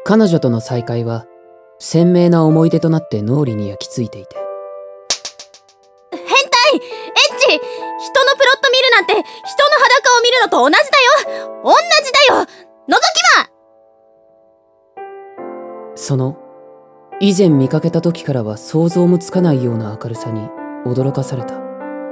彼女との再会は鮮明な思い出となって脳裏に焼き付いていて。 変態、エッチ、人のプロット見るなんて人の裸を見るのと同じだよ。同じだよ、覗き魔。 その以前見かけた時からは想像もつかないような明るさに驚かされた。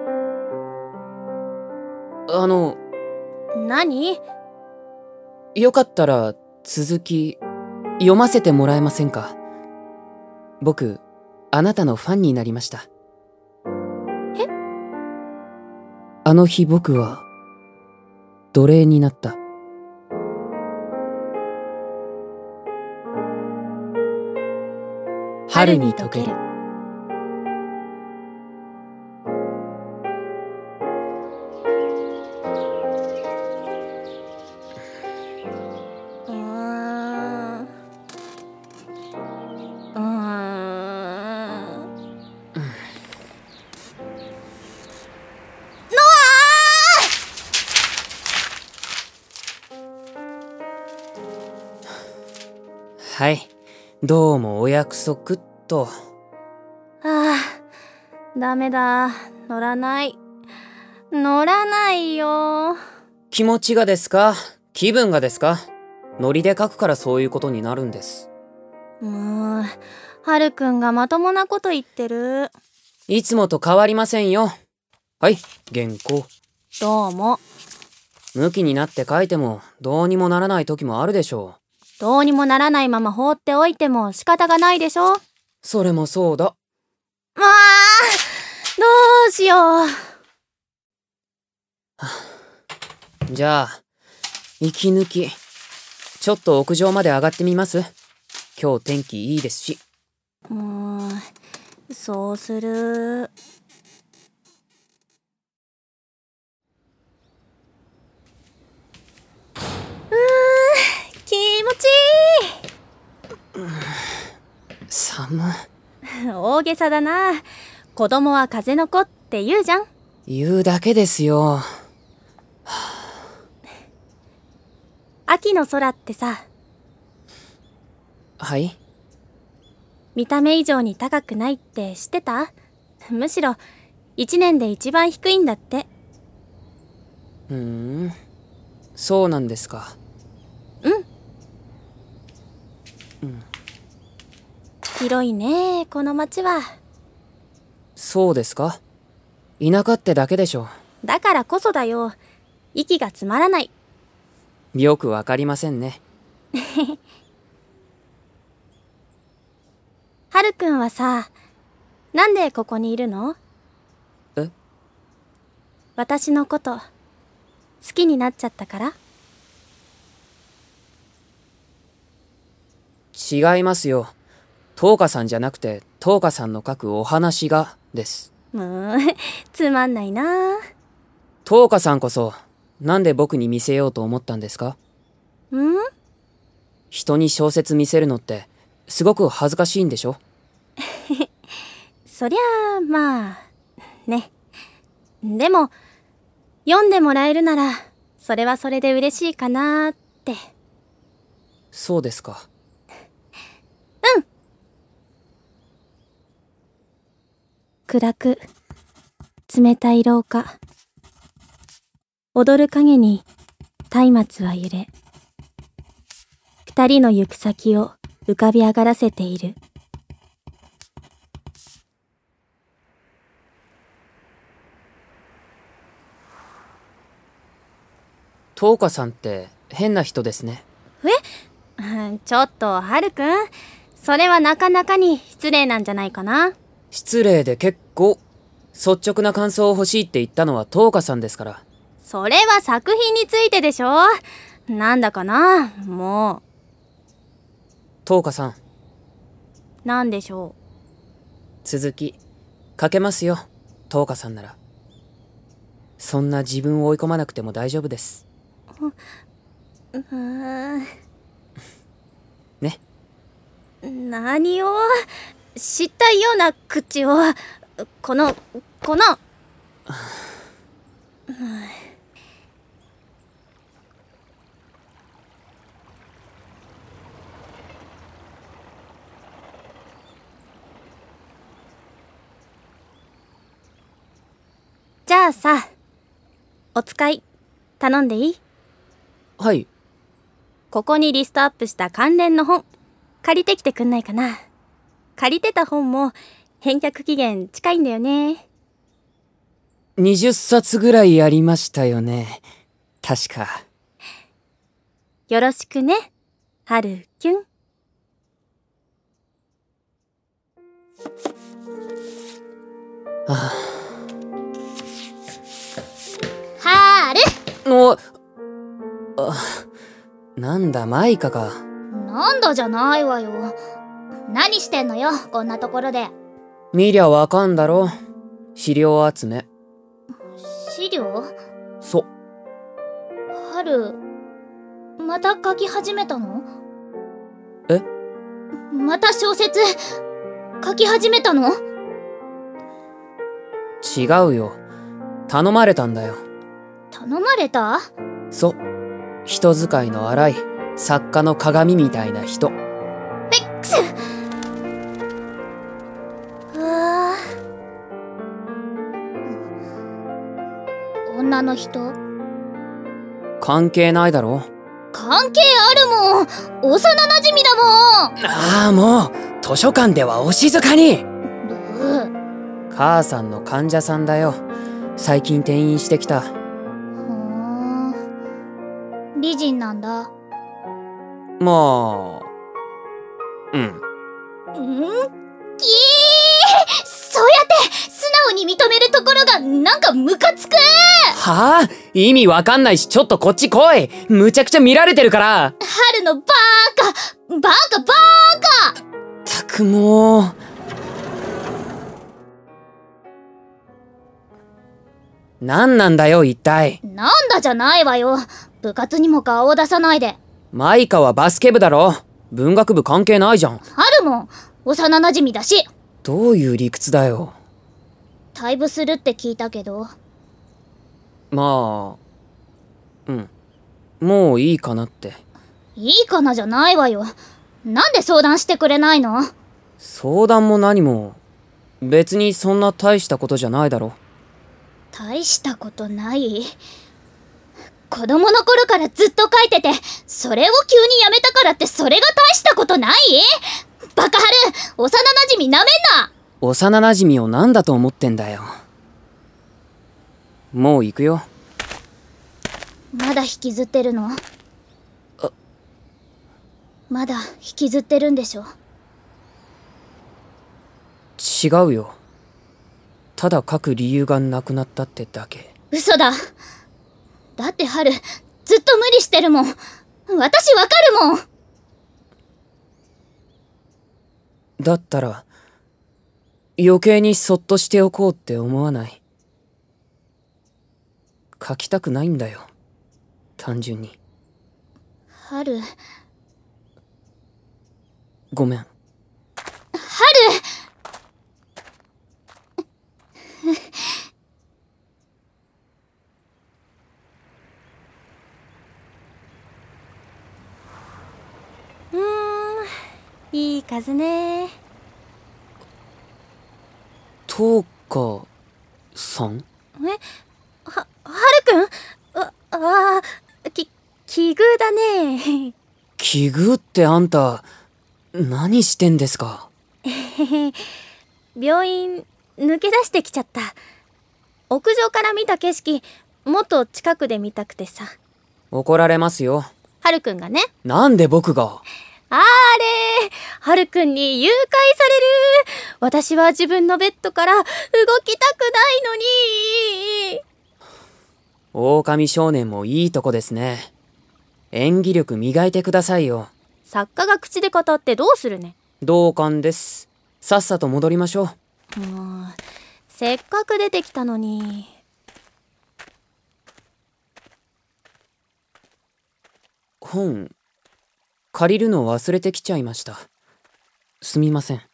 何？ よかったら続き読ませてもらえませんか？僕、あなたのファンになりました。 え？ あの日僕は奴隷になった。春に溶ける。はい、どうもお約束と。 ダメだ、乗らないよ。 気持ちがですか？気分がですか？ノリで書くからそういうことになるんです。 はるくんがまともなこと言ってる。 いつもと変わりませんよ。はい、原稿。 どうも。 向きになって書いてもどうにもならない時もあるでしょう。 どうにもならないまま放っておいても仕方がないでしょ。 それもそうだ。 どうしよう。 じゃあ息抜きちょっと屋上まで上がってみます？今日天気いいですし。 そうする。気持ちいい。 寒。 大げさだな。子供は風の子って言うじゃん。 言うだけですよ。 秋の空ってさ。 はい？ 見た目以上に高くないって知ってた？むしろ一年で一番低いんだって。 そうなんですか。 広いね、この町は。 そうですか？田舎ってだけでしょ。 だからこそだよ。息がつまらない。 よくわかりませんね。 はるくんはさ、なんでここにいるの？ え？ 私のこと好きになっちゃったから？ 違いますよ。トウカさんじゃなくてトウカさんの書くお話がです。 つまんないな。 トウカさんこそなんで僕に見せようと思ったんですか？人に小説見せるのってすごく恥ずかしいんでしょ？ そりゃあまあね。でも読んでもらえるならそれはそれで嬉しいかなって。 そうですか。 暗く冷たい廊下。踊る影に松明は揺れ、二人の行く先を浮かび上がらせている。 トウカさんって変な人ですね。 ちょっとはるくん、それはなかなかに失礼なんじゃないかな。 失礼で結構。率直な感想を欲しいって言ったのはトウカさんですから。 それは作品についてでしょ。なんだかな、もう。 トウカさん。 なんでしょ続き書けますよ、トウカさんなら。そんな自分を追い込まなくても大丈夫です。ね。 何を知ったような口を。このあさ、お使い頼んでいい？ はい。 ここにリストアップした関連の本借りてきてくんないかな。借りてた本も返却期限近いんだよね。 20冊ぐらいありましたよね。確か。 よろしくね、はるきゅん。 はーる。 なんだマイカか。 なんだじゃないわよ。何してんのよ、こんなところで。 見りゃわかんだろ。資料集め。 資料？ そ。 はる、また書き始めたの？ え？ また小説書き始めたの？ 違うよ。頼まれたんだよ。 頼まれた？ そう。人使いの荒い作家の鏡みたいな人。 くす。うわぁ。女の人？ 関係ないだろ。 関係あるもん。幼馴染だもん。 ああ、もう図書館ではお静かに。母さんの患者さんだよ。最近転院してきた。 美人なんだ。 まあ、 そうやって素直に認めるところがなんかムカつく。 はあ？意味わかんないし、ちょっとこっち来い。むちゃくちゃ見られてるから。 春のバーカ。 ったくもう。なんなんだよ一体。 なんだじゃないわよ。部活にも顔を出さないで。 マイカはバスケ部だろ。文学部関係ないじゃん。 春も幼馴染だし。 どういう理屈だよ。 退部するって聞いたけど。 まあ、もういいかなって。 いいかなじゃないわよ。なんで相談してくれないの？ 相談も何も別にそんな大したことじゃないだろ。 大したことない？子供の頃からずっと書いてて、それを急にやめたからってそれが大したことない？バカ春、幼馴染なめんな。 幼馴染を何だと思ってんだよ。もう行くよ。 まだ引きずってるの？まだ引きずってるんでしょ？ 違うよ。ただ書く理由がなくなったってだけ。 嘘だ。だって春、ずっと無理してるもん。私わかるもん。 だったら余計にそっとしておこうって思わない？書きたくないんだよ、単純に。 春。 ごめん。 春いい風ね。 トーカさん？ はるくん？奇遇だね。 奇遇ってあんた何してんですか？ 病院抜け出してきちゃった。屋上から見た景色もっと近くで見たくてさ。 怒られますよ。 はるくんがね。 なんで僕が？ あれ、はるくんに誘拐される。私は自分のベッドから動きたくないのに。 狼少年もいいとこですね。演技力磨いてくださいよ。 作家が口で語ってどうするね。 同感です。さっさと戻りましょう。 もうせっかく出てきたのに。 本借りるの忘れてきちゃいました。すみません。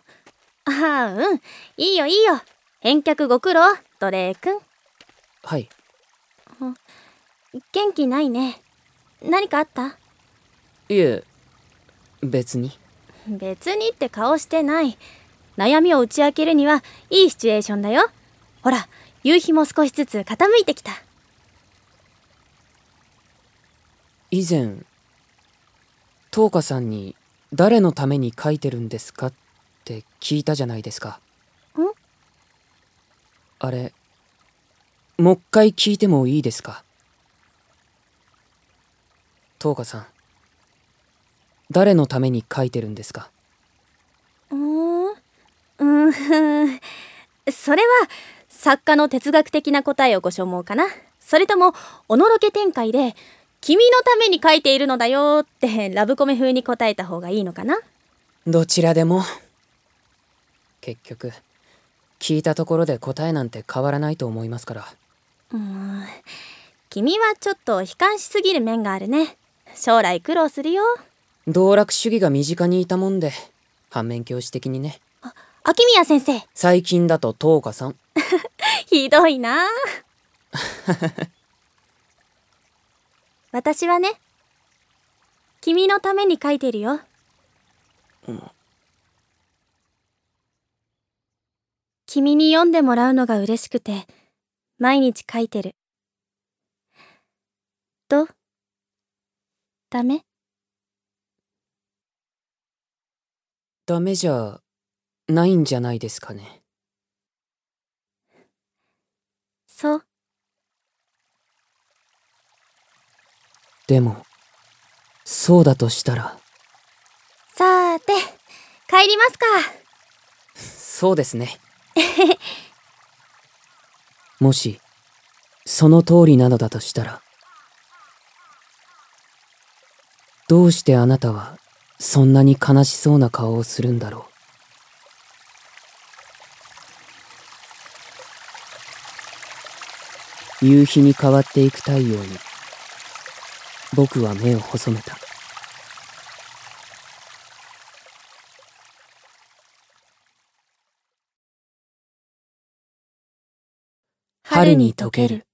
いいよいいよ。返却ご苦労、ドレー君。 はい。 元気ないね。何かあった？ いえ、別に。 別にって顔してない。悩みを打ち明けるにはいいシチュエーションだよ。ほら、 夕日も少しずつ傾いてきた。 以前東花さんに誰のために書いてるんですかって聞いたじゃないですか。あれもう一回聞いてもいいですか？東花さん、誰のために書いてるんですか？ それは作家の哲学的な答えをご所望かな。それともおのろけ展開で君のために書いているのだよってラブコメ風に答えた方がいいのかな。 どちらでも。結局聞いたところで答えなんて変わらないと思いますから。 君はちょっと悲観しすぎる面があるね。将来苦労するよ。 道楽主義が身近にいたもんで、反面教師的にね。 秋宮先生。 最近だと東花さん。 ひどいな。私はね、君のために書いてるよ。君に読んでもらうのが嬉しくて毎日書いてる。どう？ダメ？ ダメじゃないんじゃないですかね。 そう。 でもそうだとしたら。 さーて、帰りますか。 そうですね。もしその通りなのだとしたら、どうしてあなたはそんなに悲しそうな顔をするんだろう。夕日に変わっていく太陽に僕は目を細めた。春に溶ける